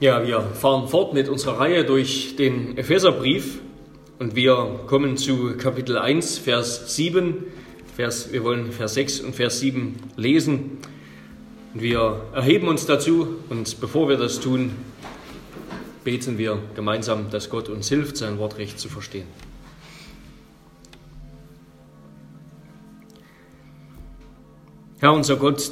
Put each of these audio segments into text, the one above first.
Ja, wir fahren fort mit unserer Reihe durch den Epheserbrief und wir kommen zu Kapitel 1, Vers 7. Wir wollen Vers 6 und Vers 7 lesen. Und wir erheben uns dazu und bevor wir das tun, beten wir gemeinsam, dass Gott uns hilft, sein Wort recht zu verstehen. Herr unser Gott,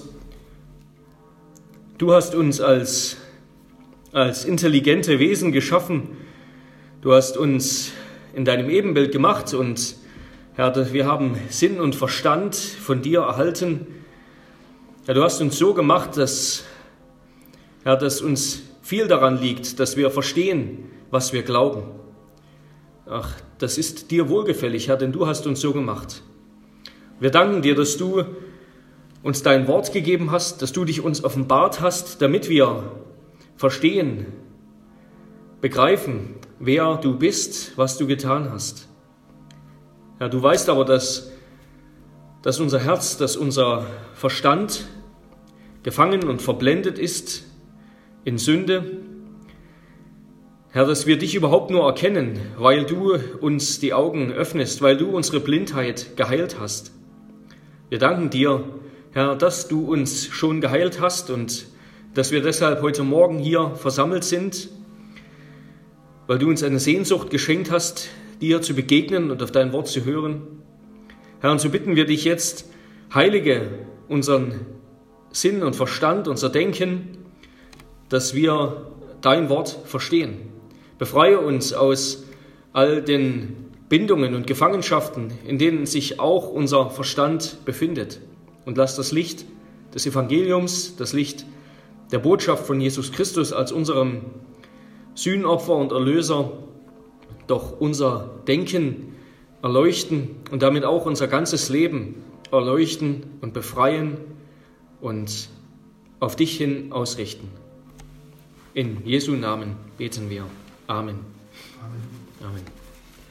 du hast uns als intelligente Wesen geschaffen. Du hast uns in deinem Ebenbild gemacht und Herr, wir haben Sinn und Verstand von dir erhalten. Herr, du hast uns so gemacht, dass uns viel daran liegt, dass wir verstehen, was wir glauben. Ach, das ist dir wohlgefällig, Herr, denn du hast uns so gemacht. Wir danken dir, dass du uns dein Wort gegeben hast, dass du dich uns offenbart hast, damit wir verstehen, begreifen, wer du bist, was du getan hast. Ja, du weißt aber, dass unser Herz, dass unser Verstand gefangen und verblendet ist in Sünde. Herr, dass wir dich überhaupt nur erkennen, weil du uns die Augen öffnest, weil du unsere Blindheit geheilt hast. Wir danken dir, Herr, dass du uns schon geheilt hast und dass wir deshalb heute Morgen hier versammelt sind, weil du uns eine Sehnsucht geschenkt hast, dir zu begegnen und auf dein Wort zu hören. Herr, und so bitten wir dich jetzt, heilige unseren Sinn und Verstand, unser Denken, dass wir dein Wort verstehen. Befreie uns aus all den Bindungen und Gefangenschaften, in denen sich auch unser Verstand befindet. Und lass das Licht des Evangeliums, das Licht der Botschaft von Jesus Christus als unserem Sühnopfer und Erlöser doch unser Denken erleuchten und damit auch unser ganzes Leben erleuchten und befreien und auf dich hin ausrichten. In Jesu Namen beten wir. Amen. Amen. Amen.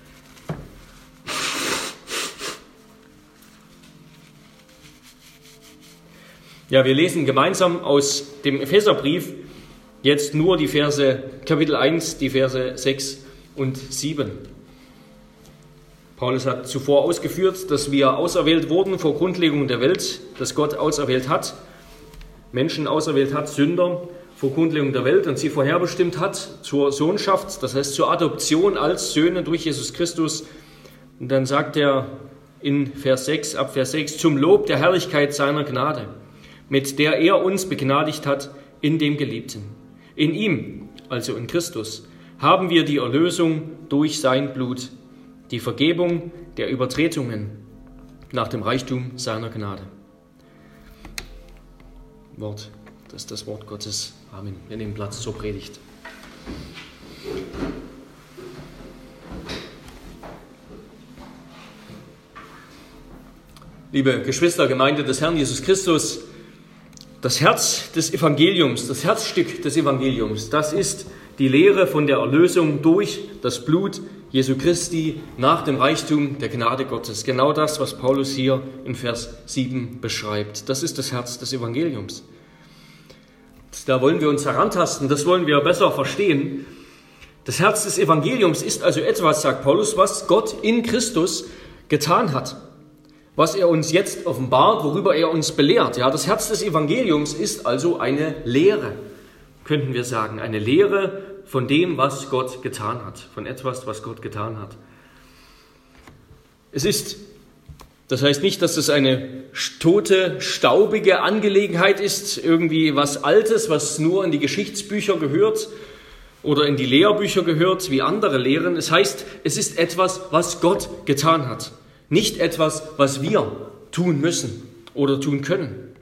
Ja, wir lesen gemeinsam aus dem Epheserbrief jetzt nur die Verse, Kapitel 1, die Verse 6 und 7. Paulus hat zuvor ausgeführt, dass wir auserwählt wurden vor Grundlegung der Welt, dass Gott auserwählt hat, Menschen auserwählt hat, Sünder vor Grundlegung der Welt und sie vorherbestimmt hat zur Sohnschaft, das heißt zur Adoption als Söhne durch Jesus Christus. Und dann sagt er in Vers 6, ab Vers 6, zum Lob der Herrlichkeit seiner Gnade, mit der er uns begnadigt hat in dem Geliebten. In ihm, also in Christus, haben wir die Erlösung durch sein Blut, die Vergebung der Übertretungen nach dem Reichtum seiner Gnade. Das ist das Wort Gottes. Amen. Wir nehmen Platz zur Predigt. Liebe Geschwister, Gemeinde des Herrn Jesus Christus, das Herz des Evangeliums, das Herzstück des Evangeliums, das ist die Lehre von der Erlösung durch das Blut Jesu Christi nach dem Reichtum der Gnade Gottes. Genau das, was Paulus hier in Vers 7 beschreibt. Das ist das Herz des Evangeliums. Da wollen wir uns herantasten, das wollen wir besser verstehen. Das Herz des Evangeliums ist also etwas, sagt Paulus, was Gott in Christus getan hat. Was er uns jetzt offenbart, worüber er uns belehrt. Ja, das Herz des Evangeliums ist also eine Lehre, könnten wir sagen. Eine Lehre von dem, was Gott getan hat. Von etwas, was Gott getan hat. Das heißt nicht, dass es eine tote, staubige Angelegenheit ist, irgendwie was Altes, was nur in die Geschichtsbücher gehört oder in die Lehrbücher gehört, wie andere Lehren. Es heißt, es ist etwas, was Gott getan hat. Nicht etwas, was wir tun müssen oder tun können.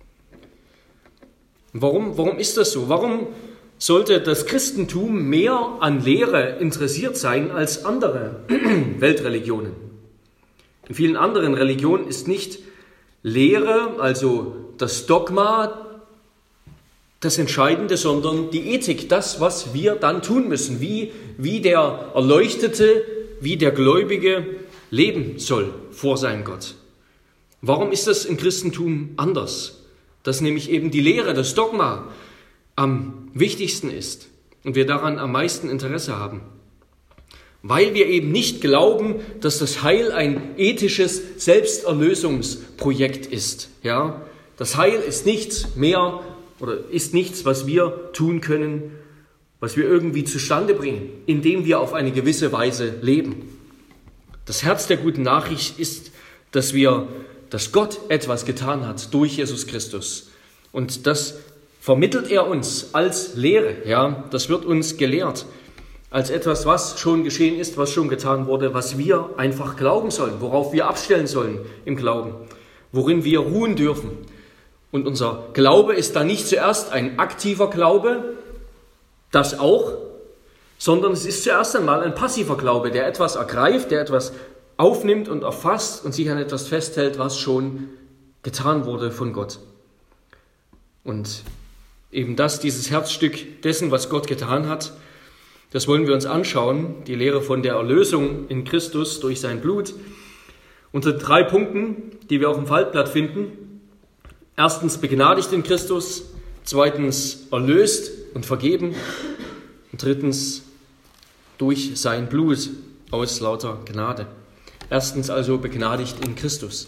Warum ist das so? Warum sollte das Christentum mehr an Lehre interessiert sein als andere Weltreligionen? In vielen anderen Religionen ist nicht Lehre, also das Dogma, das Entscheidende, sondern die Ethik, das, was wir dann tun müssen, wie der Erleuchtete, wie der Gläubige leben soll vor seinem Gott. Warum ist das im Christentum anders? Dass nämlich eben die Lehre, das Dogma am wichtigsten ist. und wir daran am meisten Interesse haben. Weil wir eben nicht glauben, dass das Heil ein ethisches Selbsterlösungsprojekt ist. Ja? Das Heil ist nichts mehr oder ist nichts, was wir tun können, was wir irgendwie zustande bringen, indem wir auf eine gewisse Weise leben. Das Herz der guten Nachricht ist, dass Gott etwas getan hat durch Jesus Christus. Und das vermittelt er uns als Lehre. Ja? Das wird uns gelehrt. Als etwas, was schon geschehen ist, was schon getan wurde, was wir einfach glauben sollen, worauf wir abstellen sollen im Glauben, worin wir ruhen dürfen. Und unser Glaube ist dann nicht zuerst ein aktiver Glaube, das auch, sondern es ist zuerst einmal ein passiver Glaube, der etwas ergreift, der etwas aufnimmt und erfasst und sich an etwas festhält, was schon getan wurde von Gott. Und eben dieses Herzstück dessen, was Gott getan hat, das wollen wir uns anschauen, die Lehre von der Erlösung in Christus durch sein Blut, unter 3 Punkten, die wir auf dem Faltblatt finden. Erstens begnadigt in Christus, zweitens erlöst und vergeben und drittens durch sein Blut aus lauter Gnade. Erstens also begnadigt in Christus.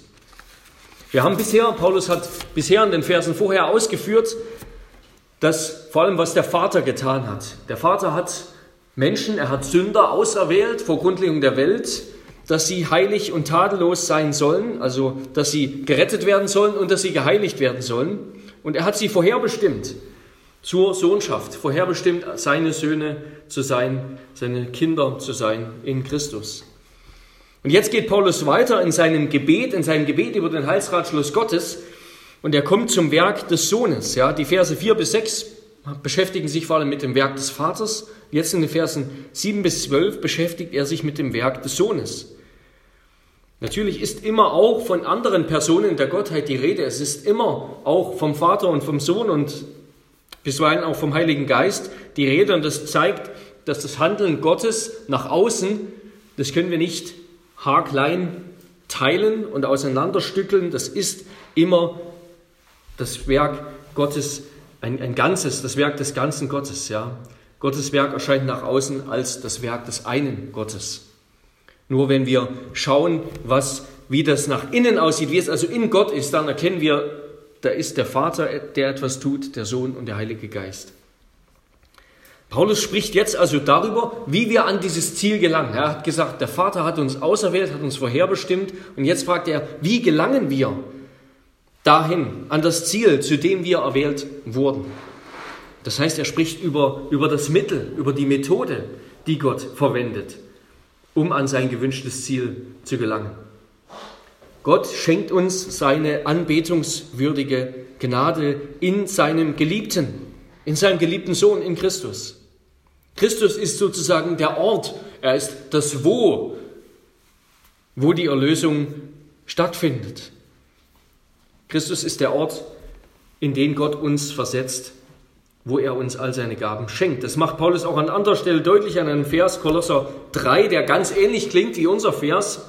Paulus hat bisher in den Versen vorher ausgeführt, dass vor allem was der Vater getan hat. Der Vater hat Menschen, er hat Sünder auserwählt vor Grundlegung der Welt, dass sie heilig und tadellos sein sollen, also dass sie gerettet werden sollen und dass sie geheiligt werden sollen. Und er hat sie vorherbestimmt zur Sohnschaft, vorherbestimmt, seine Söhne zu sein, seine Kinder zu sein in Christus. Und jetzt geht Paulus weiter in seinem Gebet über den Heilsratschluss Gottes und er kommt zum Werk des Sohnes. Ja, die Verse 4 bis 6 beschäftigen sich vor allem mit dem Werk des Vaters. Jetzt in den Versen 7 bis 12 beschäftigt er sich mit dem Werk des Sohnes. Natürlich ist immer auch von anderen Personen der Gottheit die Rede. Es ist immer auch vom Vater und vom Sohn und bisweilen auch vom Heiligen Geist die Rede. Und das zeigt, dass das Handeln Gottes nach außen, das können wir nicht haarklein teilen und auseinanderstückeln. Das ist immer das Werk Gottes, ein Ganzes, das Werk des ganzen Gottes. Ja. Gottes Werk erscheint nach außen als das Werk des einen Gottes. Nur wenn wir schauen, wie das nach innen aussieht, wie es also in Gott ist, dann erkennen wir, da ist der Vater, der etwas tut, der Sohn und der Heilige Geist. Paulus spricht jetzt also darüber, wie wir an dieses Ziel gelangen. Er hat gesagt, der Vater hat uns auserwählt, hat uns vorherbestimmt und jetzt fragt er, wie gelangen wir dahin, an das Ziel, zu dem wir erwählt wurden. Das heißt, er spricht über das Mittel, über die Methode, die Gott verwendet, um an sein gewünschtes Ziel zu gelangen. Gott schenkt uns seine anbetungswürdige Gnade in seinem geliebten Sohn in Christus. Christus ist sozusagen der Ort, er ist das wo die Erlösung stattfindet. Christus ist der Ort, in den Gott uns versetzt, wo er uns all seine Gaben schenkt. Das macht Paulus auch an anderer Stelle deutlich an einem Vers, Kolosser 3, der ganz ähnlich klingt wie unser Vers.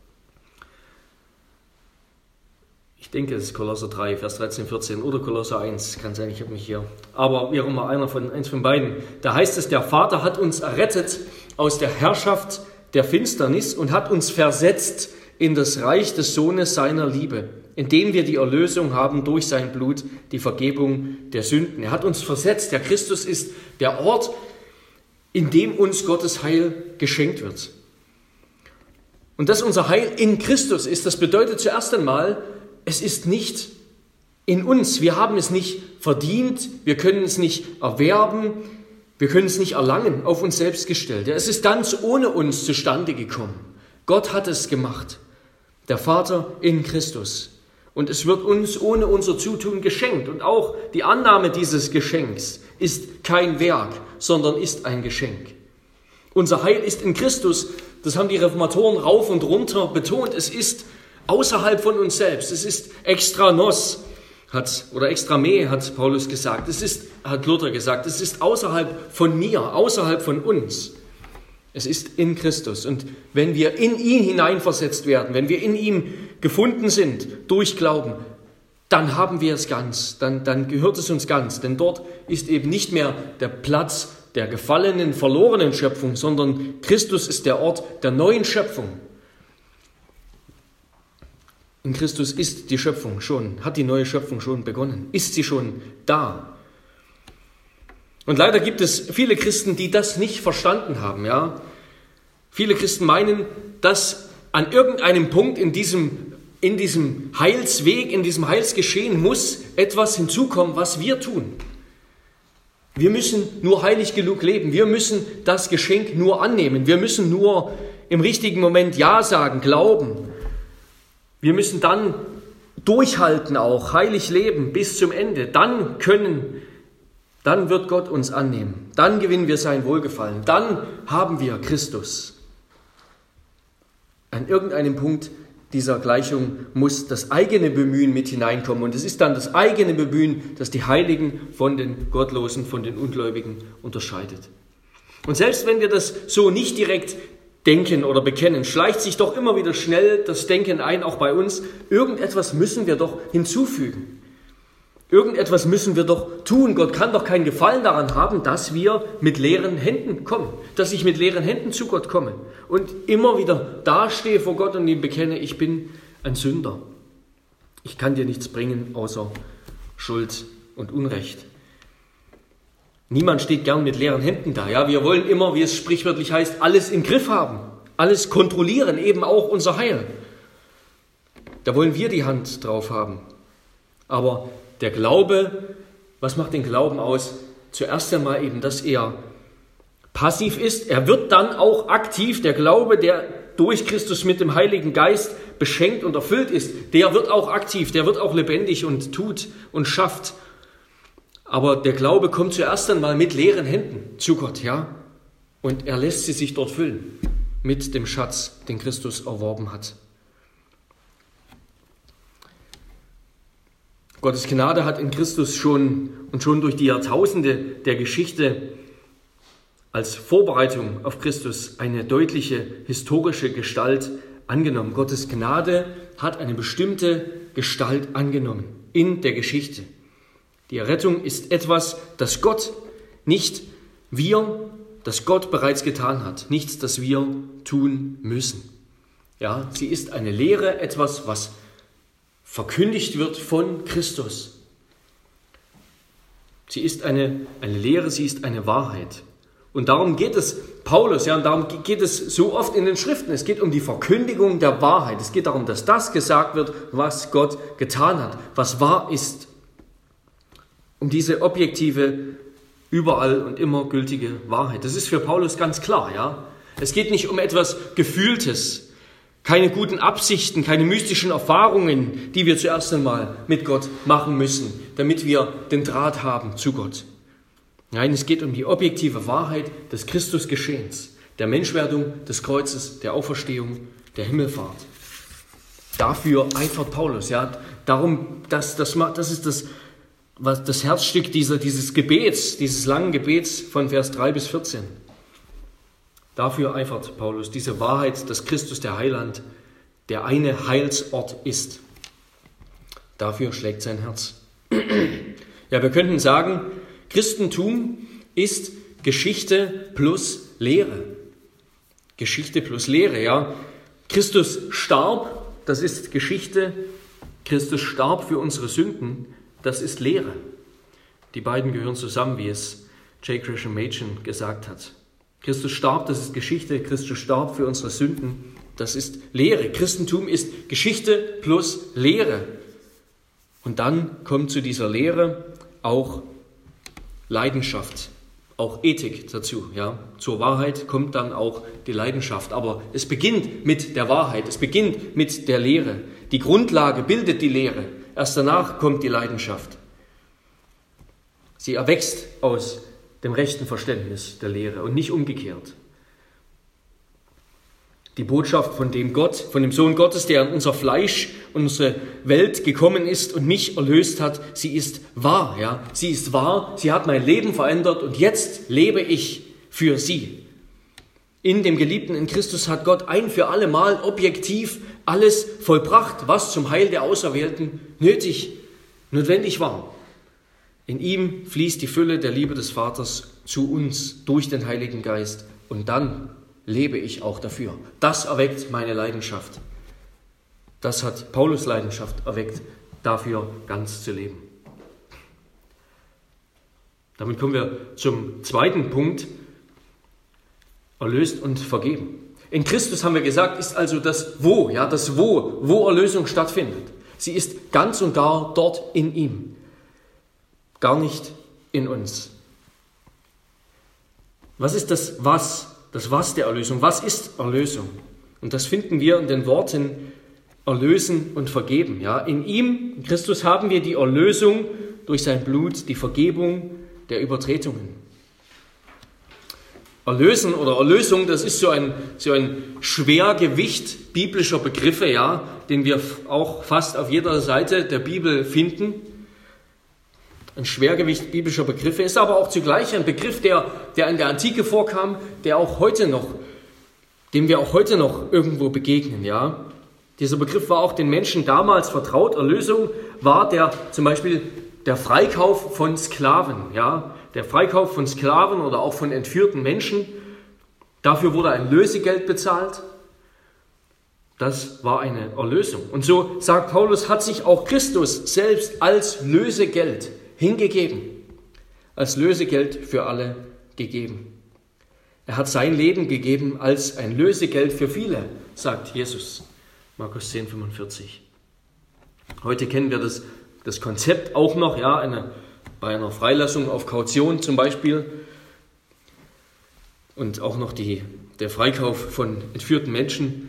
Ich denke, es ist Kolosser 3, Vers 13, 14 oder Kolosser 1, kann sein, ich habe mich hier. Aber wie auch immer, eins von beiden. Da heißt es, der Vater hat uns errettet aus der Herrschaft der Finsternis und hat uns versetzt in das Reich des Sohnes seiner Liebe, indem wir die Erlösung haben durch sein Blut, die Vergebung der Sünden. Er hat uns versetzt. Der Christus ist der Ort, in dem uns Gottes Heil geschenkt wird. Und dass unser Heil in Christus ist, das bedeutet zuerst einmal, es ist nicht in uns. Wir haben es nicht verdient, wir können es nicht erwerben, wir können es nicht erlangen, auf uns selbst gestellt. Es ist ganz ohne uns zustande gekommen. Gott hat es gemacht, der Vater in Christus. Und es wird uns ohne unser Zutun geschenkt. Und auch die Annahme dieses Geschenks ist kein Werk, sondern ist ein Geschenk. Unser Heil ist in Christus, das haben die Reformatoren rauf und runter betont, es ist außerhalb von uns selbst. Es ist extra nos, extra me, hat Paulus gesagt. Hat Luther gesagt. Es ist außerhalb von mir, außerhalb von uns. Es ist in Christus. Und wenn wir in ihn hineinversetzt werden, wenn wir in ihm gefunden sind, durch Glauben, dann haben wir es ganz. Dann gehört es uns ganz. Denn dort ist eben nicht mehr der Platz der gefallenen, verlorenen Schöpfung, sondern Christus ist der Ort der neuen Schöpfung. In Christus ist die Schöpfung schon, hat die neue Schöpfung schon begonnen, ist sie schon da. Und leider gibt es viele Christen, die das nicht verstanden haben. Ja? Viele Christen meinen, dass an irgendeinem Punkt in diesem Heilsweg, in diesem Heilsgeschehen muss etwas hinzukommen, was wir tun. Wir müssen nur heilig genug leben. Wir müssen das Geschenk nur annehmen. Wir müssen nur im richtigen Moment Ja sagen, glauben. Wir müssen dann durchhalten auch, heilig leben bis zum Ende. Dann wird Gott uns annehmen. Dann gewinnen wir sein Wohlgefallen. Dann haben wir Christus. An irgendeinem Punkt dieser Gleichung muss das eigene Bemühen mit hineinkommen. Und es ist dann das eigene Bemühen, das die Heiligen von den Gottlosen, von den Ungläubigen unterscheidet. Und selbst wenn wir das so nicht direkt denken oder bekennen, schleicht sich doch immer wieder schnell das Denken ein, auch bei uns. Irgendetwas müssen wir doch hinzufügen. Irgendetwas müssen wir doch tun. Gott kann doch keinen Gefallen daran haben, dass wir mit leeren Händen kommen, dass ich mit leeren Händen zu Gott komme und immer wieder dastehe vor Gott und ihm bekenne, ich bin ein Sünder. Ich kann dir nichts bringen außer Schuld und Unrecht. Niemand steht gern mit leeren Händen da. Ja, wir wollen immer, wie es sprichwörtlich heißt, alles im Griff haben, alles kontrollieren, eben auch unser Heil. Da wollen wir die Hand drauf haben. Aber der Glaube, was macht den Glauben aus? Zuerst einmal eben, dass er passiv ist. Er wird dann auch aktiv. Der Glaube, der durch Christus mit dem Heiligen Geist beschenkt und erfüllt ist, der wird auch aktiv, der wird auch lebendig und tut und schafft. Aber der Glaube kommt zuerst einmal mit leeren Händen zu Gott, ja? Und er lässt sie sich dort füllen mit dem Schatz, den Christus erworben hat. Gottes Gnade hat in Christus schon durch die Jahrtausende der Geschichte als Vorbereitung auf Christus eine deutliche historische Gestalt angenommen. Gottes Gnade hat eine bestimmte Gestalt angenommen in der Geschichte. Die Errettung ist etwas, das Gott bereits getan hat, nichts, das wir tun müssen. Ja, sie ist eine Lehre, etwas, was verkündigt wird von Christus. Sie ist eine Lehre, sie ist eine Wahrheit. Und darum geht es Paulus, ja, und darum geht es so oft in den Schriften. Es geht um die Verkündigung der Wahrheit. Es geht darum, dass das gesagt wird, was Gott getan hat, was wahr ist. Um diese objektive, überall und immer gültige Wahrheit. Das ist für Paulus ganz klar, ja. Es geht nicht um etwas Gefühltes, keine guten Absichten, keine mystischen Erfahrungen, die wir zuerst einmal mit Gott machen müssen, damit wir den Draht haben zu Gott. Nein, es geht um die objektive Wahrheit des Christusgeschehens, der Menschwerdung, des Kreuzes, der Auferstehung, der Himmelfahrt. Dafür eifert Paulus, ja. Darum, das ist das Herzstück dieses Gebets, dieses langen Gebets von Vers 3 bis 14. Dafür eifert Paulus, diese Wahrheit, dass Christus der Heiland, der eine Heilsort ist. Dafür schlägt sein Herz. Ja, wir könnten sagen, Christentum ist Geschichte plus Lehre. Geschichte plus Lehre, ja. Christus starb, das ist Geschichte. Christus starb für unsere Sünden, das ist Lehre. Die beiden gehören zusammen, wie es J. Gresham Machen gesagt hat. Christus starb, das ist Geschichte. Christus starb für unsere Sünden, das ist Lehre. Christentum ist Geschichte plus Lehre. Und dann kommt zu dieser Lehre auch Leidenschaft, auch Ethik dazu. Ja? Zur Wahrheit kommt dann auch die Leidenschaft. Aber es beginnt mit der Wahrheit, es beginnt mit der Lehre. Die Grundlage bildet die Lehre. Erst danach kommt die Leidenschaft. Sie erwächst aus dem rechten Verständnis der Lehre und nicht umgekehrt. Die Botschaft von dem Sohn Gottes, der in unser Fleisch und unsere Welt gekommen ist und mich erlöst hat, sie ist wahr. Ja? Sie ist wahr, sie hat mein Leben verändert und jetzt lebe ich für sie. In dem Geliebten in Christus hat Gott ein für alle Mal objektiv alles vollbracht, was zum Heil der Auserwählten notwendig war. In ihm fließt die Fülle der Liebe des Vaters zu uns durch den Heiligen Geist. Und dann lebe ich auch dafür. Das erweckt meine Leidenschaft. Das hat Paulus Leidenschaft erweckt, dafür ganz zu leben. Damit kommen wir zum zweiten Punkt, erlöst und vergeben. In Christus, haben wir gesagt, ist also das Wo Erlösung stattfindet. Sie ist ganz und gar dort in ihm, gar nicht in uns. Was ist das Was der Erlösung? Was ist Erlösung? Und das finden wir in den Worten erlösen und vergeben. Ja, in ihm, in Christus, haben wir die Erlösung durch sein Blut, die Vergebung der Übertretungen. Erlösen oder Erlösung, das ist so ein Schwergewicht biblischer Begriffe, ja, den wir auch fast auf jeder Seite der Bibel finden. Ein Schwergewicht biblischer Begriffe ist aber auch zugleich ein Begriff, der in der Antike vorkam, dem wir auch heute noch irgendwo begegnen, ja. Dieser Begriff war auch den Menschen damals vertraut. Erlösung war zum Beispiel der Freikauf von Sklaven, ja. Der Freikauf von Sklaven oder auch von entführten Menschen. Dafür wurde ein Lösegeld bezahlt. Das war eine Erlösung. Und so sagt Paulus, hat sich auch Christus selbst als Lösegeld hingegeben. Als Lösegeld für alle gegeben. Er hat sein Leben gegeben als ein Lösegeld für viele, sagt Jesus. Markus 10,45. Heute kennen wir das Konzept auch noch, ja, bei einer Freilassung auf Kaution zum Beispiel. Und auch noch der Freikauf von entführten Menschen.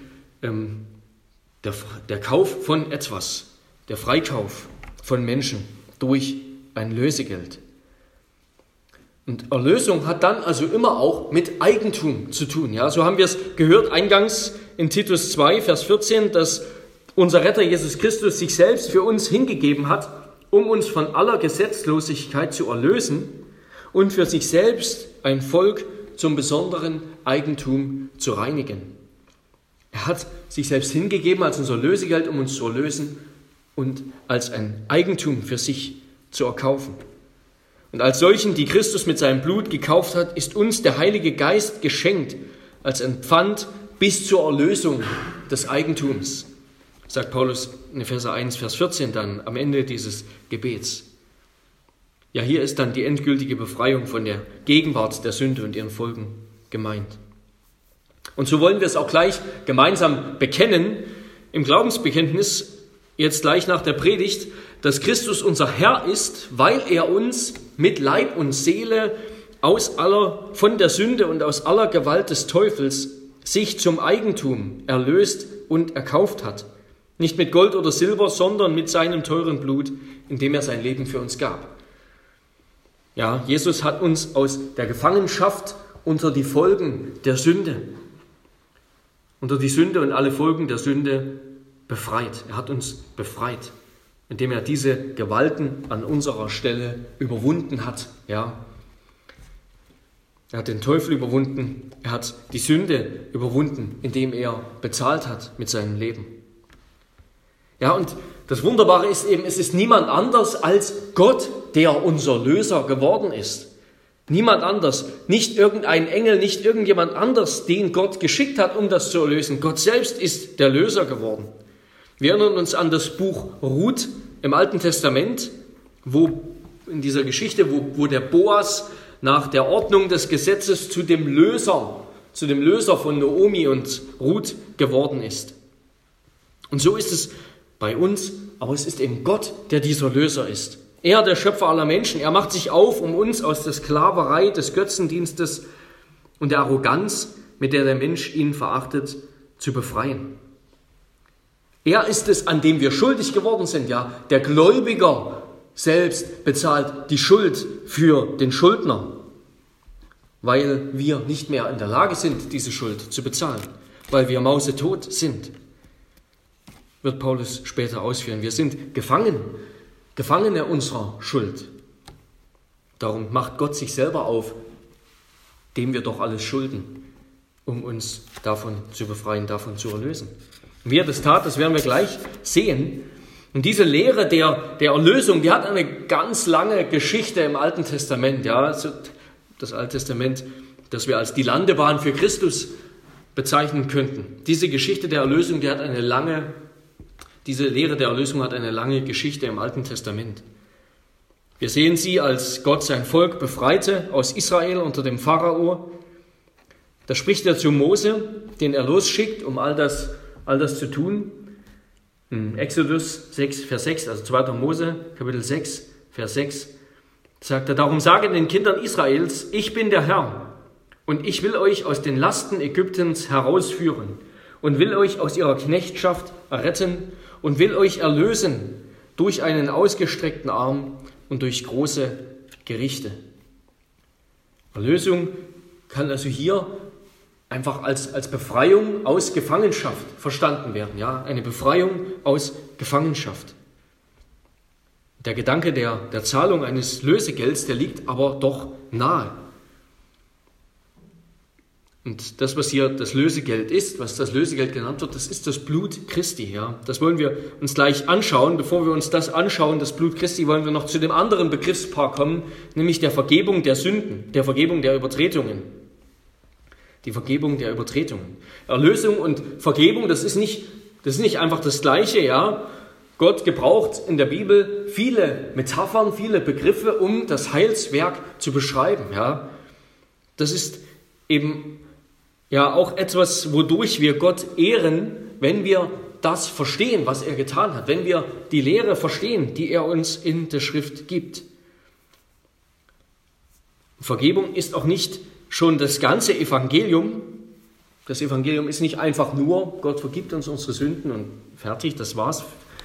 Der Kauf von etwas, der Freikauf von Menschen durch ein Lösegeld. Und Erlösung hat dann also immer auch mit Eigentum zu tun. Ja, so haben wir es gehört eingangs in Titus 2, Vers 14, dass unser Retter Jesus Christus sich selbst für uns hingegeben hat, um uns von aller Gesetzlosigkeit zu erlösen und für sich selbst ein Volk zum besonderen Eigentum zu reinigen. Er hat sich selbst hingegeben als unser Lösegeld, um uns zu erlösen und als ein Eigentum für sich zu erkaufen. Und als solchen, die Christus mit seinem Blut gekauft hat, ist uns der Heilige Geist geschenkt als ein Pfand bis zur Erlösung des Eigentums, sagt Paulus in Epheser 1, Vers 14 dann am Ende dieses Gebets. Ja, hier ist dann die endgültige Befreiung von der Gegenwart der Sünde und ihren Folgen gemeint. Und so wollen wir es auch gleich gemeinsam bekennen, im Glaubensbekenntnis, jetzt gleich nach der Predigt, dass Christus unser Herr ist, weil er uns mit Leib und Seele von der Sünde und aus aller Gewalt des Teufels sich zum Eigentum erlöst und erkauft hat. Nicht mit Gold oder Silber, sondern mit seinem teuren Blut, indem er sein Leben für uns gab. Ja, Jesus hat uns aus der Gefangenschaft unter die Folgen der Sünde, unter die Sünde und alle Folgen der Sünde befreit. Er hat uns befreit, indem er diese Gewalten an unserer Stelle überwunden hat. Ja. Er hat den Teufel überwunden, er hat die Sünde überwunden, indem er bezahlt hat mit seinem Leben. Ja, und das Wunderbare ist eben, es ist niemand anders als Gott, der unser Löser geworden ist. Niemand anders, nicht irgendein Engel, nicht irgendjemand anders, den Gott geschickt hat, um das zu erlösen. Gott selbst ist der Löser geworden. Wir erinnern uns an das Buch Ruth im Alten Testament, wo in dieser Geschichte, wo der Boas nach der Ordnung des Gesetzes zu dem Löser von Naomi und Ruth geworden ist. Und so ist es bei uns, aber es ist eben Gott, der dieser Löser ist. Er, der Schöpfer aller Menschen, er macht sich auf, um uns aus der Sklaverei, des Götzendienstes und der Arroganz, mit der der Mensch ihn verachtet, zu befreien. Er ist es, an dem wir schuldig geworden sind, ja. Der Gläubiger selbst bezahlt die Schuld für den Schuldner, weil wir nicht mehr in der Lage sind, diese Schuld zu bezahlen, weil wir mausetot sind. Wird Paulus später ausführen. Wir sind Gefangene unserer Schuld. Darum macht Gott sich selber auf, dem wir doch alles schulden, um uns davon zu befreien, davon zu erlösen. Wie er das tat, das werden wir gleich sehen. Und diese Lehre der Erlösung, die hat eine ganz lange Geschichte im Alten Testament. Ja, also das Alte Testament, das wir als die Landebahn für Christus bezeichnen könnten. Diese Geschichte der Erlösung, diese Lehre der Erlösung hat eine lange Geschichte im Alten Testament. Wir sehen sie, als Gott sein Volk befreite aus Israel unter dem Pharao. Da spricht er zu Mose, den er losschickt, um all das zu tun. In Exodus 6, Vers 6, also 2. Mose, Kapitel 6, Vers 6, sagt er, darum sage den Kindern Israels, ich bin der Herr und ich will euch aus den Lasten Ägyptens herausführen und will euch aus ihrer Knechtschaft erretten und will euch erlösen durch einen ausgestreckten Arm und durch große Gerichte. Erlösung kann also hier einfach als Befreiung aus Gefangenschaft verstanden werden. Ja? Eine Befreiung aus Gefangenschaft. Der Gedanke der Zahlung eines Lösegelds, der liegt aber doch nahe. Und das, was hier das Lösegeld ist, was das Lösegeld genannt wird, das ist das Blut Christi. Ja? Das wollen wir uns gleich anschauen. Bevor wir uns das anschauen, das Blut Christi, wollen wir noch zu dem anderen Begriffspaar kommen, nämlich der Vergebung der Sünden, der Vergebung der Übertretungen. Die Vergebung der Übertretungen. Erlösung und Vergebung, das ist nicht einfach das Gleiche. Ja? Gott gebraucht in der Bibel viele Metaphern, viele Begriffe, um das Heilswerk zu beschreiben. Ja? Das ist eben ja auch etwas, wodurch wir Gott ehren, wenn wir das verstehen, was er getan hat, wenn wir die Lehre verstehen, die er uns in der Schrift gibt. Vergebung ist auch nicht schon das ganze Evangelium. Das Evangelium ist nicht einfach nur, Gott vergibt uns unsere Sünden und fertig, das war's.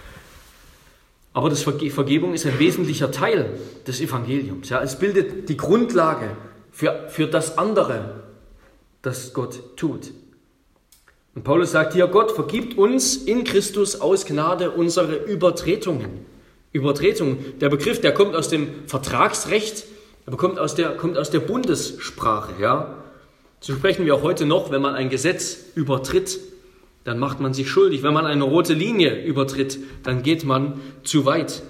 Aber Vergebung ist ein wesentlicher Teil des Evangeliums. Ja, es bildet die Grundlage für das andere, das Gott tut. Und Paulus sagt hier, Gott vergibt uns in Christus aus Gnade unsere Übertretungen. Übertretungen, der Begriff, der kommt aus dem Vertragsrecht, aber kommt aus der Bundessprache. Ja? So sprechen wir auch heute noch, wenn man ein Gesetz übertritt, dann macht man sich schuldig. Wenn man eine rote Linie übertritt, dann geht man zu weit.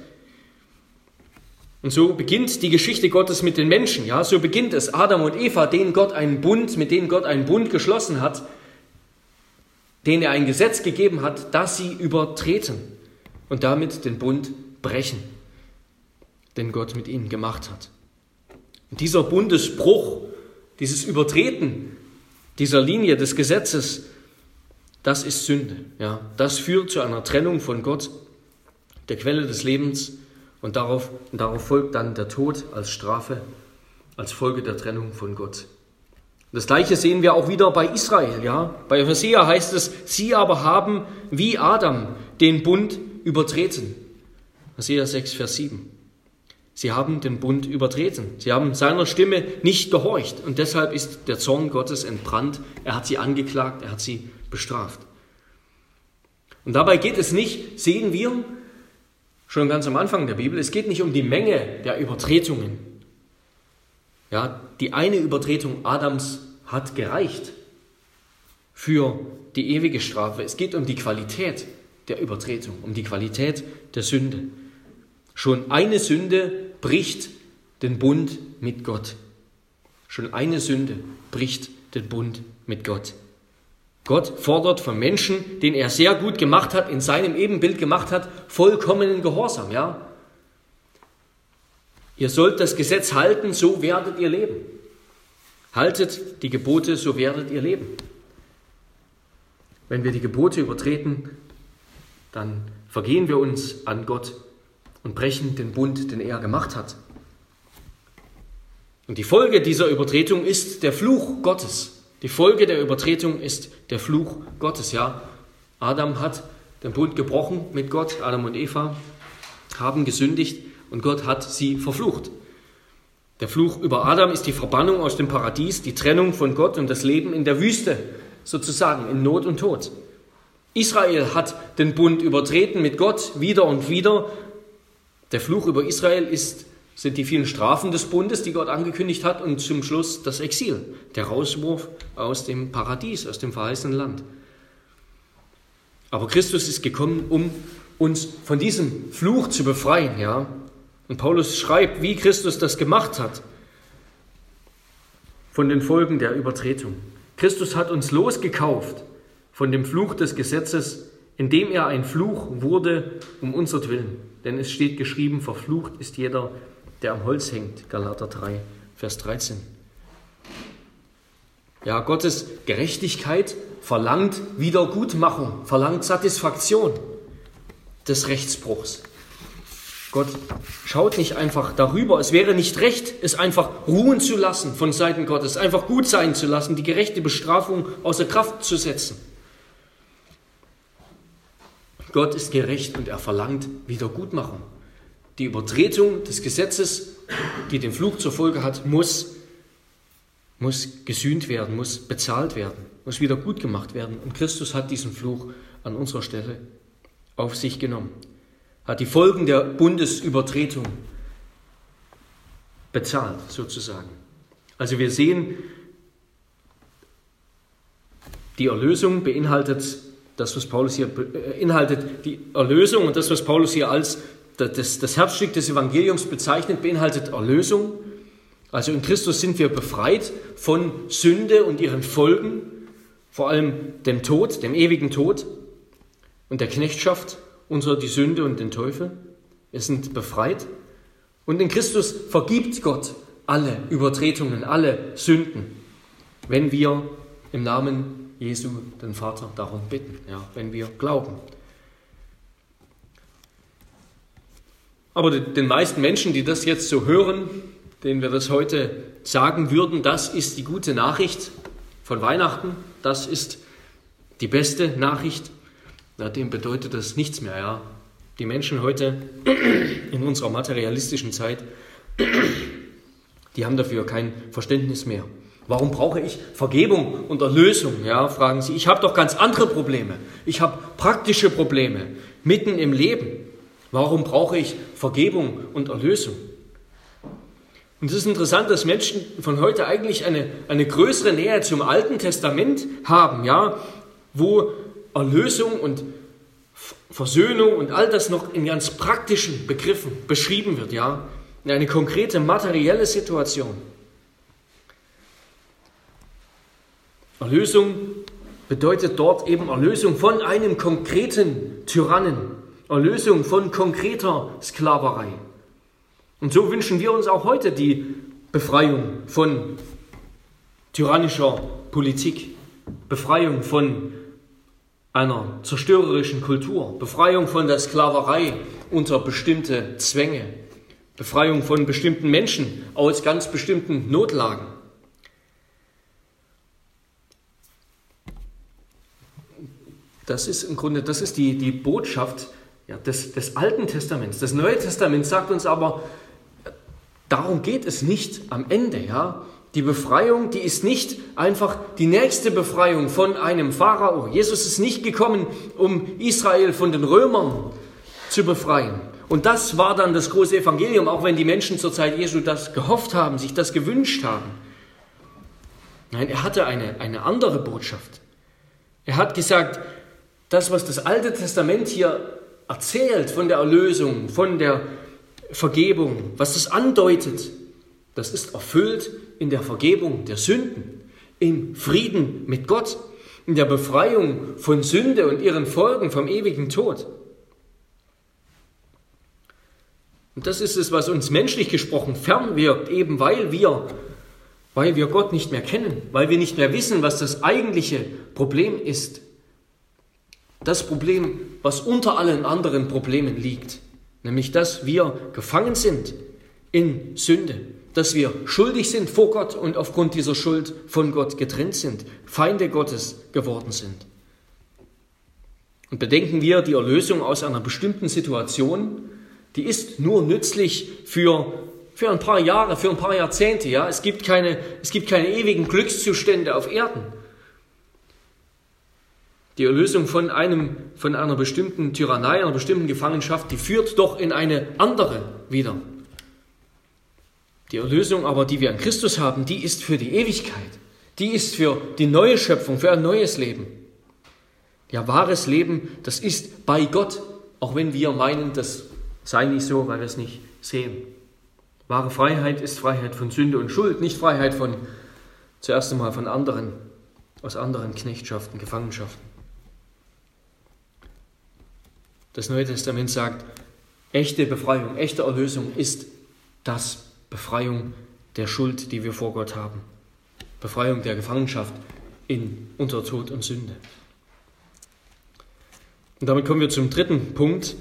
Und so beginnt die Geschichte Gottes mit den Menschen. Ja, so beginnt es. Adam und Eva, mit denen Gott einen Bund geschlossen hat, denen er ein Gesetz gegeben hat, dass sie übertreten und damit den Bund brechen, den Gott mit ihnen gemacht hat. Und dieser Bundesbruch, dieses Übertreten dieser Linie des Gesetzes, das ist Sünde. Ja, das führt zu einer Trennung von Gott, der Quelle des Lebens. Und darauf folgt dann der Tod als Strafe, als Folge der Trennung von Gott. Das Gleiche sehen wir auch wieder bei Israel. Ja? Bei Hosea heißt es, sie aber haben wie Adam den Bund übertreten. Hosea 6, Vers 7. Sie haben den Bund übertreten. Sie haben seiner Stimme nicht gehorcht. Und deshalb ist der Zorn Gottes entbrannt. Er hat sie angeklagt, er hat sie bestraft. Und dabei geht es nicht, sehen wir, schon ganz am Anfang der Bibel, es geht nicht um die Menge der Übertretungen. Ja, die eine Übertretung Adams hat gereicht für die ewige Strafe. Es geht um die Qualität der Übertretung, um die Qualität der Sünde. Schon eine Sünde bricht den Bund mit Gott. Schon eine Sünde bricht den Bund mit Gott. Gott fordert vom Menschen, den er sehr gut gemacht hat, in seinem Ebenbild gemacht hat, vollkommenen Gehorsam. Ja? Ihr sollt das Gesetz halten, so werdet ihr leben. Haltet die Gebote, so werdet ihr leben. Wenn wir die Gebote übertreten, dann vergehen wir uns an Gott und brechen den Bund, den er gemacht hat. Und die Folge dieser Übertretung ist der Fluch Gottes. Die Folge der Übertretung ist der Fluch Gottes. Ja, Adam hat den Bund gebrochen mit Gott, Adam und Eva haben gesündigt und Gott hat sie verflucht. Der Fluch über Adam ist die Verbannung aus dem Paradies, die Trennung von Gott und das Leben in der Wüste, sozusagen in Not und Tod. Israel hat den Bund übertreten mit Gott wieder und wieder. Der Fluch über Israel sind die vielen Strafen des Bundes, die Gott angekündigt hat, und zum Schluss das Exil, der Rauswurf aus dem Paradies, aus dem verheißenen Land. Aber Christus ist gekommen, uns von diesem Fluch zu befreien. Ja? Und Paulus schreibt, wie Christus das gemacht hat, von den Folgen der Übertretung. Christus hat uns losgekauft von dem Fluch des Gesetzes, indem er ein Fluch wurde um unsertwillen. Denn es steht geschrieben, verflucht ist jeder, der am Holz hängt. Galater 3, Vers 13. Ja, Gottes Gerechtigkeit verlangt Wiedergutmachung, verlangt Satisfaktion des Rechtsbruchs. Gott schaut nicht einfach darüber. Es wäre nicht recht, es einfach ruhen zu lassen von Seiten Gottes, einfach gut sein zu lassen, die gerechte Bestrafung außer Kraft zu setzen. Gott ist gerecht und er verlangt Wiedergutmachung. Die Übertretung des Gesetzes, die den Fluch zur Folge hat, muss gesühnt werden, muss bezahlt werden, muss wieder gut gemacht werden. Und Christus hat diesen Fluch an unserer Stelle auf sich genommen, hat die Folgen der Bundesübertretung bezahlt, sozusagen. Also wir sehen, die Erlösung beinhaltet das, was Paulus hier beinhaltet, die Erlösung und das, was Paulus hier als das Herzstück des Evangeliums bezeichnet, beinhaltet Erlösung. Also in Christus sind wir befreit von Sünde und ihren Folgen, vor allem dem Tod, dem ewigen Tod und der Knechtschaft unter die Sünde und den Teufel. Wir sind befreit. Und in Christus vergibt Gott alle Übertretungen, alle Sünden, wenn wir im Namen Jesu den Vater darum bitten, ja, wenn wir glauben. Aber den meisten Menschen, die das jetzt so hören, denen wir das heute sagen würden, das ist die gute Nachricht von Weihnachten, das ist die beste Nachricht, ja, dem bedeutet das nichts mehr. Ja. Die Menschen heute in unserer materialistischen Zeit, die haben dafür kein Verständnis mehr. Warum brauche ich Vergebung und Erlösung? Ja, fragen sie. Ich habe doch ganz andere Probleme. Ich habe praktische Probleme mitten im Leben. Warum brauche ich Vergebung und Erlösung? Und es ist interessant, dass Menschen von heute eigentlich eine größere Nähe zum Alten Testament haben, ja, wo Erlösung und Versöhnung und all das noch in ganz praktischen Begriffen beschrieben wird, ja, in eine konkrete materielle Situation. Erlösung bedeutet dort eben Erlösung von einem konkreten Tyrannen, Erlösung von konkreter Sklaverei. Und so wünschen wir uns auch heute die Befreiung von tyrannischer Politik, Befreiung von einer zerstörerischen Kultur, Befreiung von der Sklaverei unter bestimmte Zwänge, Befreiung von bestimmten Menschen aus ganz bestimmten Notlagen. Das ist im Grunde, das ist die Botschaft des Alten Testaments. Das Neue Testament sagt uns aber, darum geht es nicht am Ende. Ja? Die Befreiung, die ist nicht einfach die nächste Befreiung von einem Pharao. Jesus ist nicht gekommen, um Israel von den Römern zu befreien. Und das war dann das große Evangelium, auch wenn die Menschen zur Zeit Jesu das gehofft haben, sich das gewünscht haben. Nein, er hatte eine andere Botschaft. Er hat gesagt, das, was das Alte Testament hier erzählt von der Erlösung, von der Vergebung, was das andeutet, das ist erfüllt in der Vergebung der Sünden, im Frieden mit Gott, in der Befreiung von Sünde und ihren Folgen vom ewigen Tod. Und das ist es, was uns menschlich gesprochen fernwirkt, eben weil wir Gott nicht mehr kennen, weil wir nicht mehr wissen, was das eigentliche Problem ist. Das Problem, was unter allen anderen Problemen liegt, nämlich dass wir gefangen sind in Sünde, dass wir schuldig sind vor Gott und aufgrund dieser Schuld von Gott getrennt sind, Feinde Gottes geworden sind. Und bedenken wir, die Erlösung aus einer bestimmten Situation, die ist nur nützlich für ein paar Jahre, für ein paar Jahrzehnte. Ja? Es gibt keine ewigen Glückszustände auf Erden. Die Erlösung von einer bestimmten Tyrannei, einer bestimmten Gefangenschaft, die führt doch in eine andere wieder. Die Erlösung aber, die wir an Christus haben, die ist für die Ewigkeit. Die ist für die neue Schöpfung, für ein neues Leben. Ja, wahres Leben, das ist bei Gott auch wenn wir meinen, das sei nicht so, weil wir es nicht sehen. Wahre Freiheit ist Freiheit von Sünde und Schuld, nicht Freiheit von, zuerst einmal von anderen, aus anderen Knechtschaften, Gefangenschaften. Das Neue Testament sagt, echte Befreiung, echte Erlösung ist das Befreiung der Schuld, die wir vor Gott haben. Befreiung der Gefangenschaft unter Tod und Sünde. Und damit kommen wir zum dritten Punkt,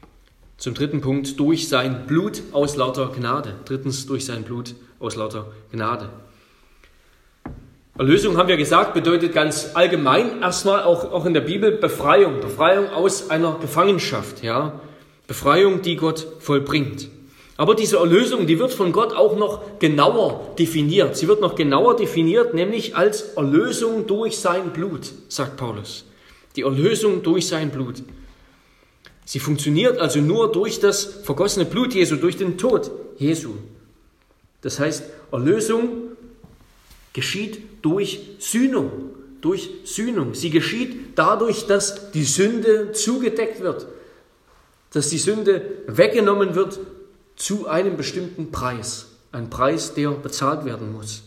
durch sein Blut aus lauter Gnade. Drittens, durch sein Blut aus lauter Gnade. Erlösung, haben wir gesagt, bedeutet ganz allgemein erstmal auch in der Bibel Befreiung aus einer Gefangenschaft, ja, Befreiung, die Gott vollbringt. Aber diese Erlösung, die wird von Gott auch noch genauer definiert. Sie wird noch genauer definiert, nämlich als Erlösung durch sein Blut, sagt Paulus. Die Erlösung durch sein Blut. Sie funktioniert also nur durch das vergossene Blut Jesu, durch den Tod Jesu. Das heißt, Erlösung geschieht durch Sühnung. Sie geschieht dadurch, dass die Sünde zugedeckt wird, dass die Sünde weggenommen wird zu einem bestimmten Preis. Ein Preis, der bezahlt werden muss.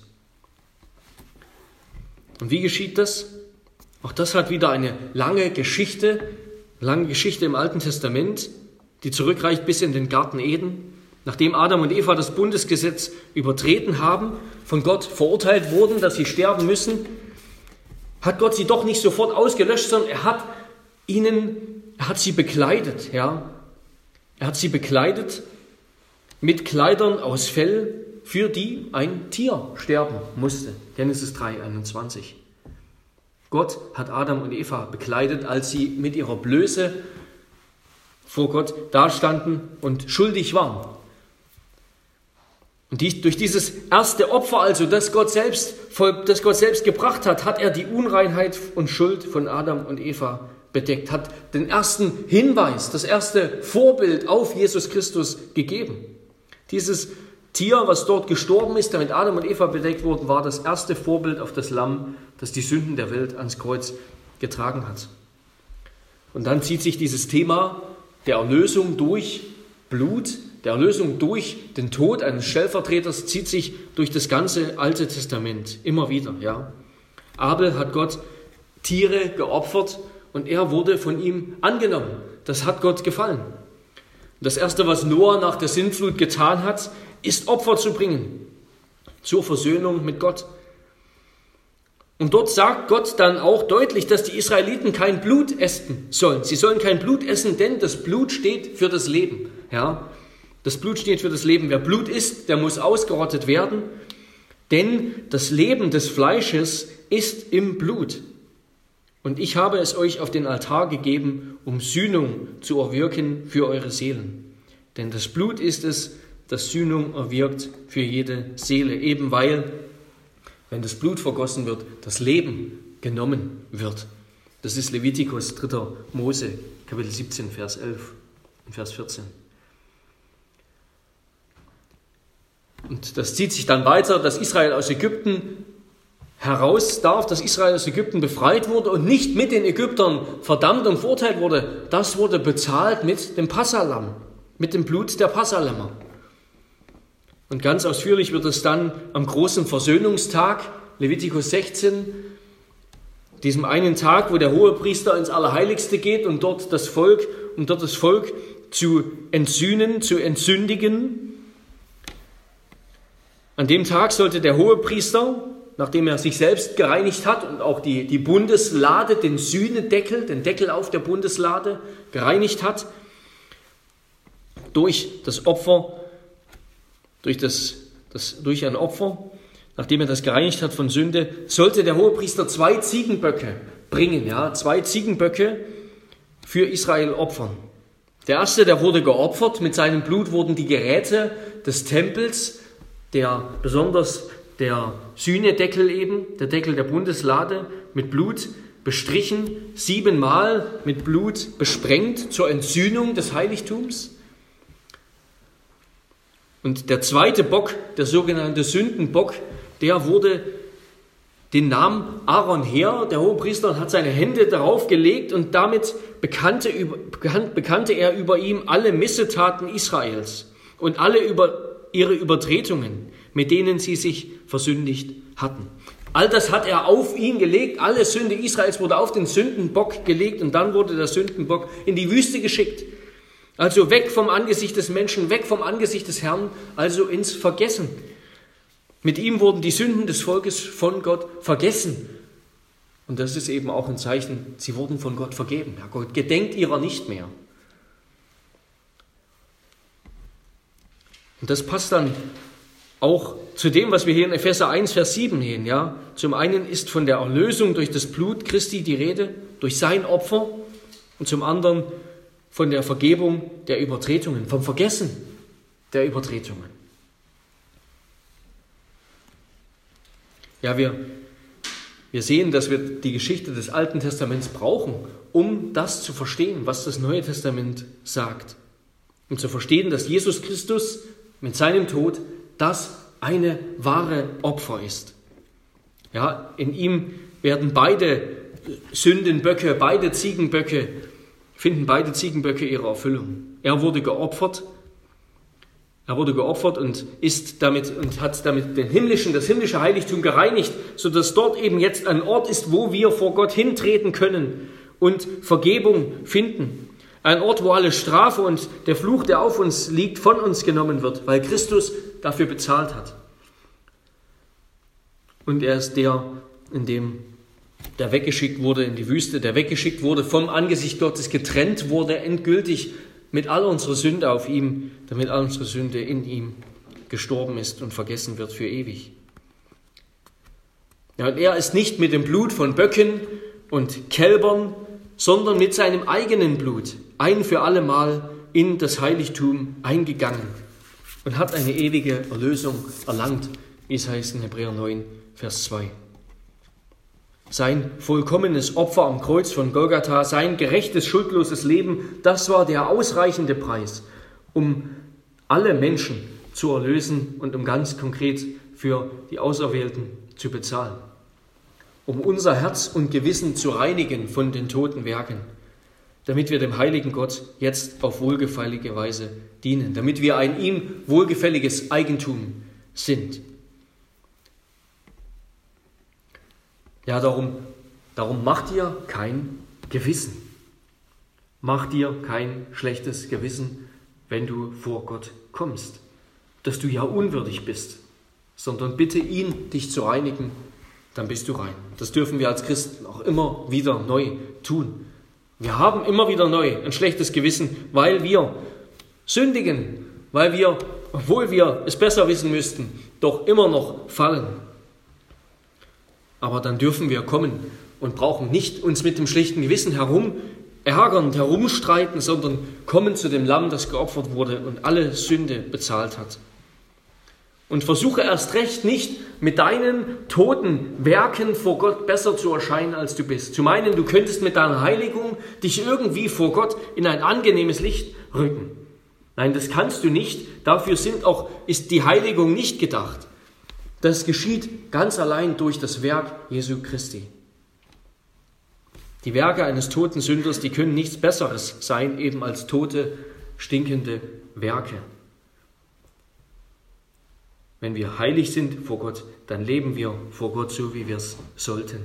Und wie geschieht das? Auch das hat wieder eine lange Geschichte im Alten Testament, die zurückreicht bis in den Garten Eden. Nachdem Adam und Eva das Bundesgesetz übertreten haben, von Gott verurteilt wurden, dass sie sterben müssen, hat Gott sie doch nicht sofort ausgelöscht, sondern er hat sie bekleidet. Ja? Er hat sie bekleidet mit Kleidern aus Fell, für die ein Tier sterben musste. Genesis 3,21. Gott hat Adam und Eva bekleidet, als sie mit ihrer Blöße vor Gott dastanden und schuldig waren. Und durch dieses erste Opfer, also das Gott selbst gebracht hat, hat er die Unreinheit und Schuld von Adam und Eva bedeckt, hat den ersten Hinweis, das erste Vorbild auf Jesus Christus gegeben. Dieses Tier, was dort gestorben ist, damit Adam und Eva bedeckt wurden, war das erste Vorbild auf das Lamm, das die Sünden der Welt ans Kreuz getragen hat. Und dann zieht sich dieses Thema der Erlösung durch Blut, der Erlösung durch den Tod eines Stellvertreters, zieht sich durch das ganze Alte Testament immer wieder. Ja. Abel hat Gott Tiere geopfert und er wurde von ihm angenommen. Das hat Gott gefallen. Das Erste, was Noah nach der Sintflut getan hat, ist Opfer zu bringen zur Versöhnung mit Gott. Und dort sagt Gott dann auch deutlich, dass die Israeliten kein Blut essen sollen. Sie sollen kein Blut essen, denn das Blut steht für das Leben. Ja, das Blut steht für das Leben. Wer Blut isst, der muss ausgerottet werden, denn das Leben des Fleisches ist im Blut. Und ich habe es euch auf den Altar gegeben, um Sühnung zu erwirken für eure Seelen. Denn das Blut ist es, das Sühnung erwirkt für jede Seele, eben weil, wenn das Blut vergossen wird, das Leben genommen wird. Das ist Levitikus, 3. Mose, Kapitel 17, Vers 11 und Vers 14. Und das zieht sich dann weiter, dass Israel aus Ägypten heraus darf, dass Israel aus Ägypten befreit wurde und nicht mit den Ägyptern verdammt und verurteilt wurde. Das wurde bezahlt mit dem Passalamm, mit dem Blut der Passalämmer. Und ganz ausführlich wird es dann am großen Versöhnungstag, Levitikus 16, diesem einen Tag, wo der Hohepriester ins Allerheiligste geht und dort das Volk zu entsühnen, zu entsündigen. An dem Tag sollte der Hohepriester, nachdem er sich selbst gereinigt hat und auch die Bundeslade, den Sühnedeckel, den Deckel auf der Bundeslade gereinigt hat, durch ein Opfer, nachdem er das gereinigt hat von Sünde, sollte der Hohepriester 2 Ziegenböcke bringen, 2 Ziegenböcke für Israel opfern. Der erste, der wurde geopfert, mit seinem Blut wurden die Geräte des Tempels, besonders der Sühnedeckel eben, der Deckel der Bundeslade, mit Blut bestrichen, 7-mal mit Blut besprengt zur Entsühnung des Heiligtums. Und der zweite Bock, der sogenannte Sündenbock, der wurde Den nahm Aaron her, der Hohepriester, und hat seine Hände darauf gelegt und damit bekannte er über ihm alle Missetaten Israels und alle über ihre Übertretungen, mit denen sie sich versündigt hatten. All das hat er auf ihn gelegt, alle Sünde Israels wurde auf den Sündenbock gelegt und dann wurde der Sündenbock in die Wüste geschickt. Also weg vom Angesicht des Menschen, weg vom Angesicht des Herrn, also ins Vergessen. Mit ihm wurden die Sünden des Volkes von Gott vergessen. Und das ist eben auch ein Zeichen, sie wurden von Gott vergeben. Ja, Gott gedenkt ihrer nicht mehr. Und das passt dann auch zu dem, was wir hier in Epheser 1, Vers 7 sehen. Ja? Zum einen ist von der Erlösung durch das Blut Christi die Rede, durch sein Opfer, und zum anderen von der Vergebung der Übertretungen, vom Vergessen der Übertretungen. Ja, wir sehen, dass wir die Geschichte des Alten Testaments brauchen, um das zu verstehen, was das Neue Testament sagt. Um zu verstehen, dass Jesus Christus mit seinem Tod das eine wahre Opfer ist. Ja, in ihm werden beide Sündenböcke, finden beide Ziegenböcke ihre Erfüllung. Er wurde geopfert und hat damit das himmlische Heiligtum gereinigt, sodass dort eben jetzt ein Ort ist, wo wir vor Gott hintreten können und Vergebung finden. Ein Ort, wo alle Strafe und der Fluch, der auf uns liegt, von uns genommen wird, weil Christus dafür bezahlt hat. Und er ist der, in dem der weggeschickt wurde in die Wüste, der weggeschickt wurde vom Angesicht Gottes, getrennt wurde endgültig mit all unserer Sünde auf ihm, damit all unsere Sünde in ihm gestorben ist und vergessen wird für ewig. Ja, und er ist nicht mit dem Blut von Böcken und Kälbern, sondern mit seinem eigenen Blut ein für alle Mal in das Heiligtum eingegangen und hat eine ewige Erlösung erlangt, wie es heißt in Hebräer 9, Vers 2. Sein vollkommenes Opfer am Kreuz von Golgatha, sein gerechtes, schuldloses Leben, das war der ausreichende Preis, um alle Menschen zu erlösen und um ganz konkret für die Auserwählten zu bezahlen. Um unser Herz und Gewissen zu reinigen von den toten Werken, damit wir dem heiligen Gott jetzt auf wohlgefällige Weise dienen, damit wir ein ihm wohlgefälliges Eigentum sind. Ja, darum mach dir kein Gewissen. Mach dir kein schlechtes Gewissen, wenn du vor Gott kommst, dass du ja unwürdig bist, sondern bitte ihn, dich zu reinigen, dann bist du rein. Das dürfen wir als Christen auch immer wieder neu tun. Wir haben immer wieder neu ein schlechtes Gewissen, weil wir sündigen, weil wir, obwohl wir es besser wissen müssten, doch immer noch fallen. Aber dann dürfen wir kommen und brauchen nicht uns mit dem schlechten Gewissen herumärgern und herumstreiten, sondern kommen zu dem Lamm, das geopfert wurde und alle Sünde bezahlt hat. Und versuche erst recht nicht, mit deinen toten Werken vor Gott besser zu erscheinen, als du bist. Zu meinen, du könntest mit deiner Heiligung dich irgendwie vor Gott in ein angenehmes Licht rücken. Nein, das kannst du nicht. Dafür ist die Heiligung nicht gedacht. Das geschieht ganz allein durch das Werk Jesu Christi. Die Werke eines toten Sünders, die können nichts Besseres sein, eben als tote, stinkende Werke. Wenn wir heilig sind vor Gott, dann leben wir vor Gott so, wie wir es sollten.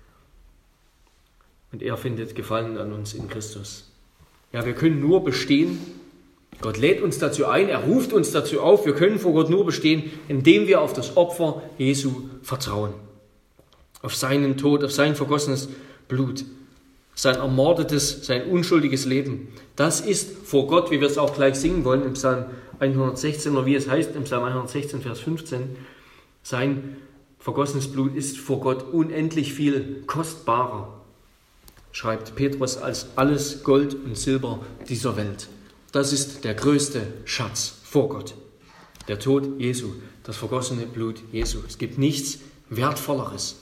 Und er findet Gefallen an uns in Christus. Ja, wir können nur bestehen. Gott lädt uns dazu ein, er ruft uns dazu auf. Wir können vor Gott nur bestehen, indem wir auf das Opfer Jesu vertrauen. Auf seinen Tod, auf sein vergossenes Blut, sein ermordetes, sein unschuldiges Leben. Das ist vor Gott, wie wir es auch gleich singen wollen, im Psalm 116, oder wie es heißt im Psalm 116, Vers 15, sein vergossenes Blut ist vor Gott unendlich viel kostbarer, schreibt Petrus, als alles Gold und Silber dieser Welt. Das ist der größte Schatz vor Gott. Der Tod Jesu, das vergossene Blut Jesu. Es gibt nichts Wertvolleres.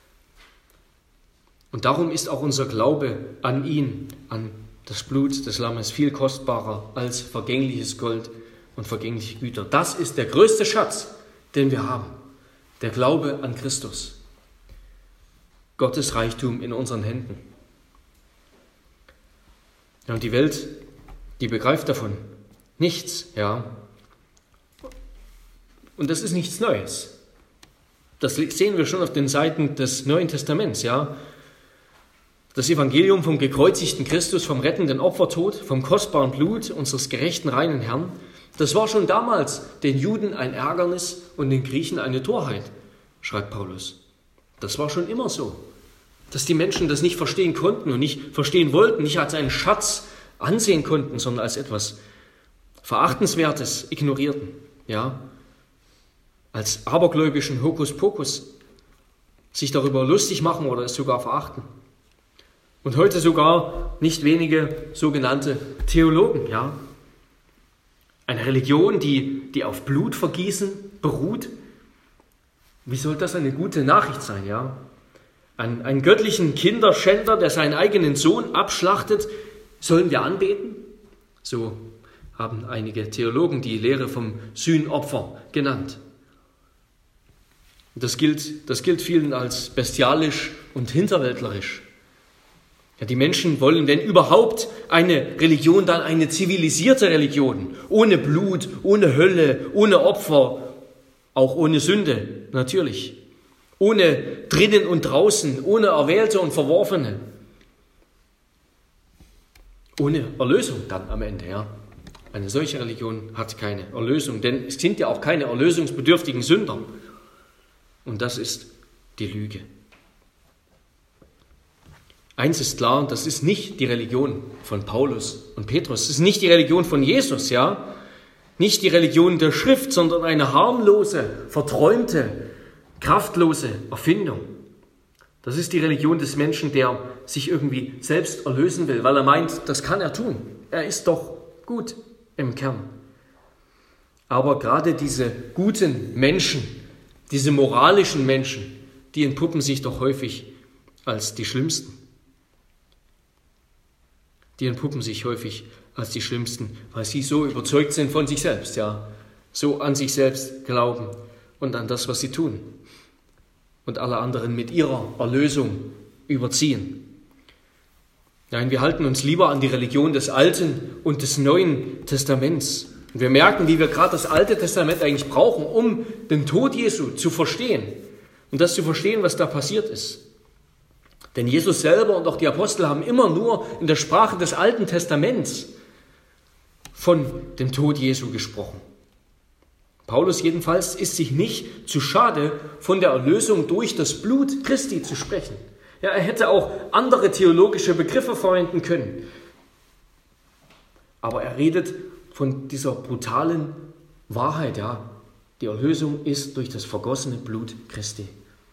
Und darum ist auch unser Glaube an ihn, an das Blut des Lammes, viel kostbarer als vergängliches Gold und vergängliche Güter. Das ist der größte Schatz, den wir haben. Der Glaube an Christus. Gottes Reichtum in unseren Händen. Ja, und die Welt, die begreift davon nichts, ja. Und das ist nichts Neues. Das sehen wir schon auf den Seiten des Neuen Testaments, ja. Das Evangelium vom gekreuzigten Christus, vom rettenden Opfertod, vom kostbaren Blut unseres gerechten, reinen Herrn, das war schon damals den Juden ein Ärgernis und den Griechen eine Torheit, schreibt Paulus. Das war schon immer so, dass die Menschen das nicht verstehen konnten und nicht verstehen wollten, nicht als einen Schatz ansehen konnten, sondern als etwas Verachtenswertes ignorierten, ja, als abergläubischen Hokuspokus sich darüber lustig machen oder es sogar verachten. Und heute sogar nicht wenige sogenannte Theologen, ja. Eine Religion, die auf Blutvergießen beruht. Wie soll das eine gute Nachricht sein, ja? Einen göttlichen Kinderschänder, der seinen eigenen Sohn abschlachtet, sollen wir anbeten? So haben einige Theologen die Lehre vom Sühnopfer genannt. Das gilt vielen als bestialisch und hinterwäldlerisch. Ja, die Menschen wollen, wenn überhaupt, eine Religion, dann eine zivilisierte Religion. Ohne Blut, ohne Hölle, ohne Opfer, auch ohne Sünde, natürlich. Ohne drinnen und draußen, ohne Erwählte und Verworfene. Ohne Erlösung dann am Ende, ja. Eine solche Religion hat keine Erlösung, denn es sind ja auch keine erlösungsbedürftigen Sünder. Und das ist die Lüge. Eins ist klar, das ist nicht die Religion von Paulus und Petrus. Es ist nicht die Religion von Jesus, ja. Nicht die Religion der Schrift, sondern eine harmlose, verträumte, kraftlose Erfindung. Das ist die Religion des Menschen, der sich irgendwie selbst erlösen will, weil er meint, das kann er tun. Er ist doch gut im Kern. Aber gerade diese guten Menschen, diese moralischen Menschen, die entpuppen sich doch häufig als die Schlimmsten. Die entpuppen sich häufig als die Schlimmsten, weil sie so überzeugt sind von sich selbst, ja, so an sich selbst glauben und an das, was sie tun und alle anderen mit ihrer Erlösung überziehen. Nein, wir halten uns lieber an die Religion des Alten und des Neuen Testaments. Und wir merken, wie wir gerade das Alte Testament eigentlich brauchen, um den Tod Jesu zu verstehen und das zu verstehen, was da passiert ist. Denn Jesus selber und auch die Apostel haben immer nur in der Sprache des Alten Testaments von dem Tod Jesu gesprochen. Paulus jedenfalls ist sich nicht zu schade, von der Erlösung durch das Blut Christi zu sprechen. Ja, er hätte auch andere theologische Begriffe verwenden können. Aber er redet von dieser brutalen Wahrheit, ja. Die Erlösung ist durch das vergossene Blut Christi.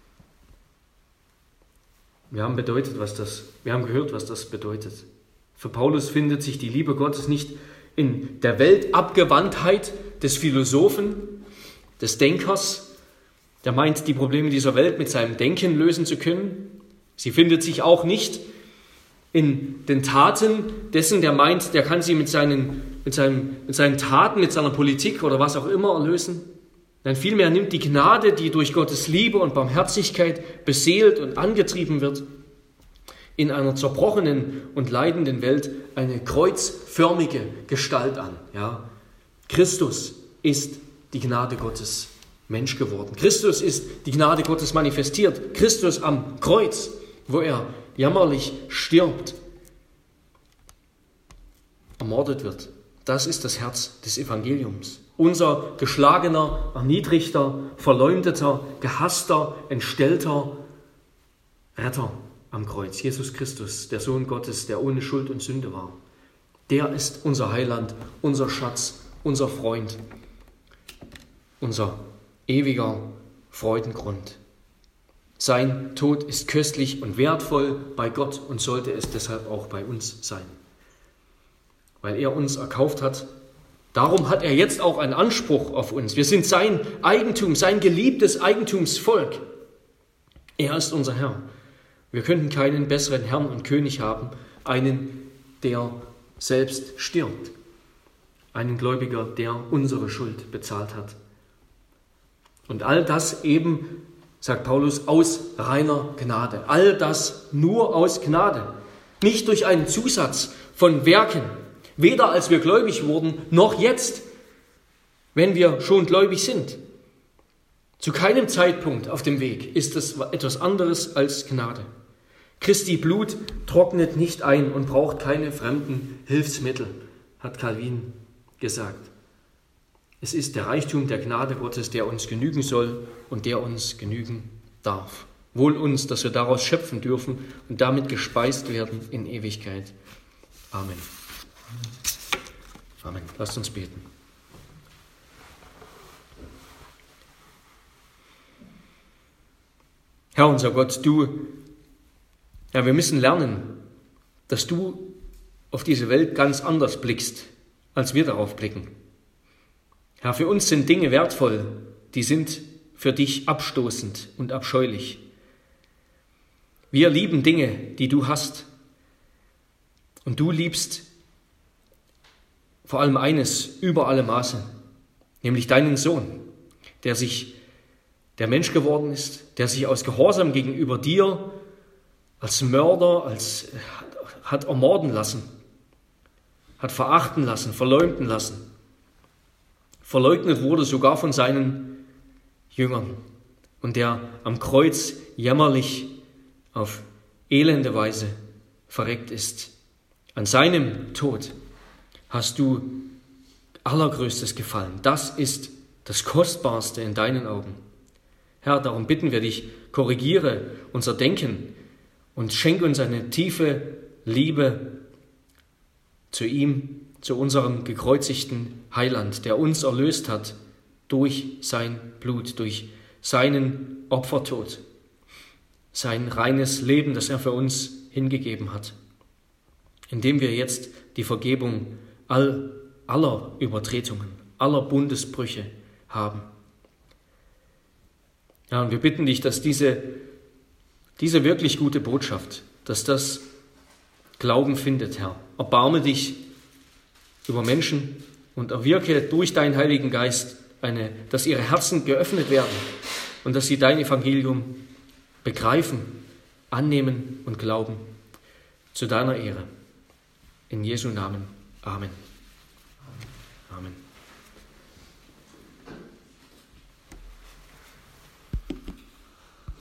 Wir haben gehört, was das bedeutet. Für Paulus findet sich die Liebe Gottes nicht in der Weltabgewandtheit des Philosophen, des Denkers, der meint, die Probleme dieser Welt mit seinem Denken lösen zu können. Sie findet sich auch nicht in den Taten dessen, der meint, der kann sie mit seinen Taten, mit seiner Politik oder was auch immer erlösen. Nein, vielmehr nimmt die Gnade, die durch Gottes Liebe und Barmherzigkeit beseelt und angetrieben wird, in einer zerbrochenen und leidenden Welt eine kreuzförmige Gestalt an. Ja? Christus ist die Gnade Gottes Mensch geworden. Christus ist die Gnade Gottes manifestiert. Christus am Kreuz, wo er jammerlich stirbt, ermordet wird. Das ist das Herz des Evangeliums. Unser geschlagener, erniedrigter, verleumdeter, gehasster, entstellter Retter am Kreuz, Jesus Christus, der Sohn Gottes, der ohne Schuld und Sünde war. Der ist unser Heiland, unser Schatz, unser Freund, unser ewiger Freudengrund. Sein Tod ist köstlich und wertvoll bei Gott und sollte es deshalb auch bei uns sein. Weil er uns erkauft hat, darum hat er jetzt auch einen Anspruch auf uns. Wir sind sein Eigentum, sein geliebtes Eigentumsvolk. Er ist unser Herr. Wir könnten keinen besseren Herrn und König haben, einen, der selbst stirbt. Einen Gläubiger, der unsere Schuld bezahlt hat. Und all das eben sagt Paulus, aus reiner Gnade. All das nur aus Gnade. Nicht durch einen Zusatz von Werken, weder als wir gläubig wurden, noch jetzt, wenn wir schon gläubig sind. Zu keinem Zeitpunkt auf dem Weg ist es etwas anderes als Gnade. Christi Blut trocknet nicht ein und braucht keine fremden Hilfsmittel, hat Calvin gesagt. Es ist der Reichtum der Gnade Gottes, der uns genügen soll und der uns genügen darf. Wohl uns, dass wir daraus schöpfen dürfen und damit gespeist werden in Ewigkeit. Amen. Amen. Lasst uns beten. Herr unser Gott, wir müssen lernen, dass du auf diese Welt ganz anders blickst, als wir darauf blicken. Herr, für uns sind Dinge wertvoll, die sind für dich abstoßend und abscheulich. Wir lieben Dinge, die du hast. Und du liebst vor allem eines über alle Maßen, nämlich deinen Sohn, der Mensch geworden ist, der sich aus Gehorsam gegenüber dir als Mörder, hat ermorden lassen, hat verachten lassen, verleumden lassen. Verleugnet wurde sogar von seinen Jüngern und der am Kreuz jämmerlich auf elende Weise verreckt ist. An seinem Tod hast du allergrößtes Gefallen. Das ist das Kostbarste in deinen Augen. Herr, darum bitten wir dich, korrigiere unser Denken und schenke uns eine tiefe Liebe zu ihm, zu unserem gekreuzigten Heiland, der uns erlöst hat durch sein Blut, durch seinen Opfertod, sein reines Leben, das er für uns hingegeben hat, indem wir jetzt die Vergebung aller Übertretungen, aller Bundesbrüche haben. Ja, und wir bitten dich, dass diese wirklich gute Botschaft, dass das Glauben findet, Herr. Erbarme dich über Menschen und erwirke durch deinen Heiligen Geist, dass ihre Herzen geöffnet werden und dass sie dein Evangelium begreifen, annehmen und glauben. Zu deiner Ehre. In Jesu Namen. Amen. Amen.